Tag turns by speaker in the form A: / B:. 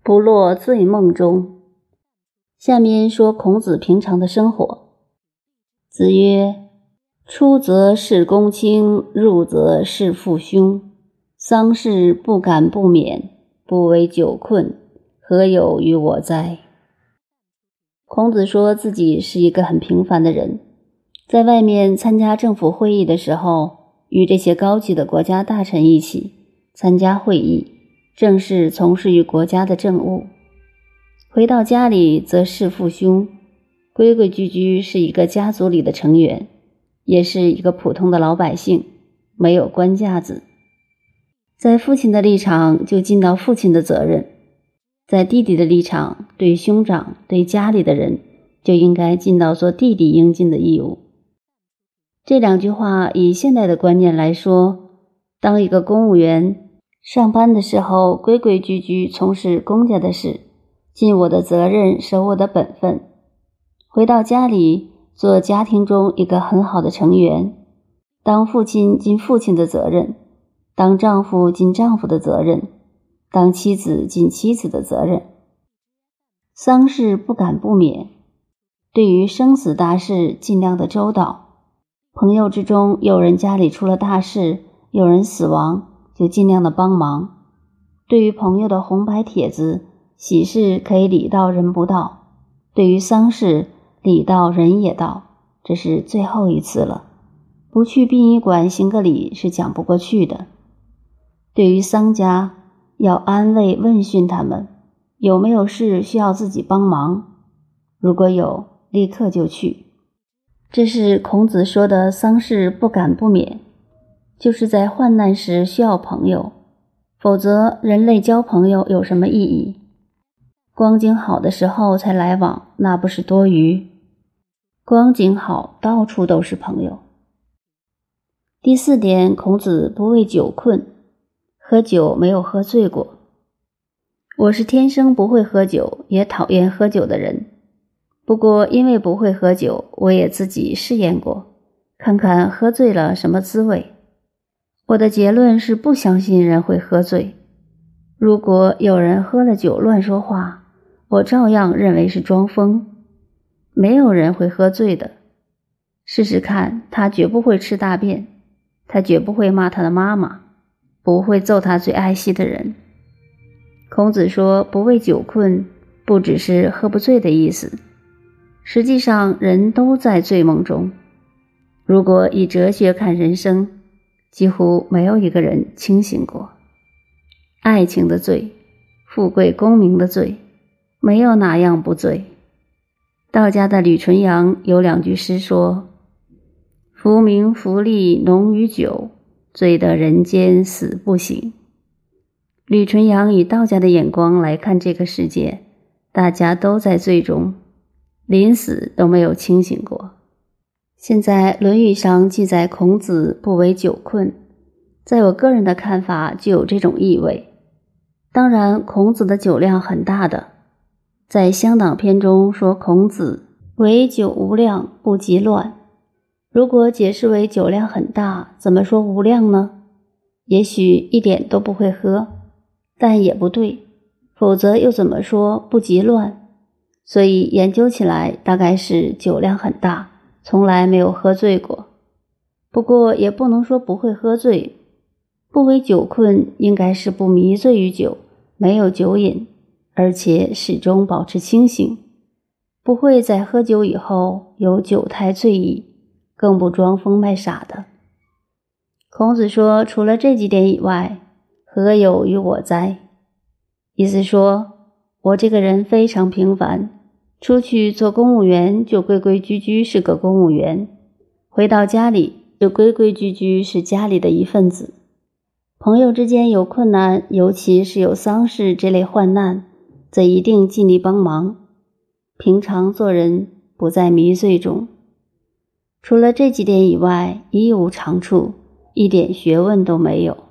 A: 不落醉梦中。下面说孔子平常的生活。子曰：出则事公卿，入则事父兄。丧事不敢不免，不为久困，何有于我哉？孔子说自己是一个很平凡的人，在外面参加政府会议的时候，与这些高级的国家大臣一起参加会议，正式从事于国家的政务。回到家里则事父兄，规规矩矩是一个家族里的成员，也是一个普通的老百姓，没有官架子。在父亲的立场就尽到父亲的责任，在弟弟的立场，对兄长对家里的人就应该尽到做弟弟应尽的义务。这两句话以现代的观念来说，当一个公务员上班的时候规规矩矩从事公家的事，尽我的责任，守我的本分，回到家里做家庭中一个很好的成员，当父亲尽父亲的责任，当丈夫尽丈夫的责任，当妻子尽妻子的责任。丧事不敢不免，对于生死大事尽量的周到。朋友之中有人家里出了大事，有人死亡，就尽量的帮忙。对于朋友的红白帖子，喜事可以礼到人不到，对于丧事礼到人也到，这是最后一次了，不去殡仪馆行个礼是讲不过去的。对于丧家，要安慰问讯他们，有没有事需要自己帮忙，如果有，立刻就去。这是孔子说的丧事不敢不免，就是在患难时需要朋友，否则人类交朋友有什么意义？光景好的时候才来往，那不是多余。光景好，到处都是朋友。第四点，孔子不畏酒困，喝酒没有喝醉过。我是天生不会喝酒，也讨厌喝酒的人。不过因为不会喝酒，我也自己试验过，看看喝醉了什么滋味。我的结论是不相信人会喝醉。如果有人喝了酒乱说话，我照样认为是装疯。没有人会喝醉的。试试看，他绝不会吃大便，他绝不会骂他的妈妈，不会揍他最爱惜的人。孔子说不畏酒困，不只是喝不醉的意思，实际上人都在醉梦中。如果以哲学看人生，几乎没有一个人清醒过。爱情的醉，富贵功名的醉，没有哪样不醉。道家的吕纯阳有两句诗说：浮名浮利浓于酒，醉得人间死不醒。吕纯阳以道家的眼光来看这个世界，大家都在醉中，临死都没有清醒过。现在《论语》上记载孔子不为酒困，在我个人的看法就有这种意味。当然孔子的酒量很大的，在《乡党篇》中说孔子唯酒无量，不及乱。如果解释为酒量很大，怎么说无量呢？也许一点都不会喝，但也不对，否则又怎么说不及乱？所以研究起来大概是酒量很大，从来没有喝醉过。不过也不能说不会喝醉，不为酒困应该是不迷醉于酒，没有酒瘾，而且始终保持清醒，不会在喝酒以后有酒态醉意，更不装疯卖傻的。孔子说除了这几点以外，何有于我哉？意思说我这个人非常平凡，出去做公务员就规规矩矩是个公务员，回到家里就规规矩矩是家里的一份子。朋友之间有困难，尤其是有丧事这类患难，则一定尽力帮忙。平常做人不在迷醉中。除了这几点以外，一无长处，一点学问都没有。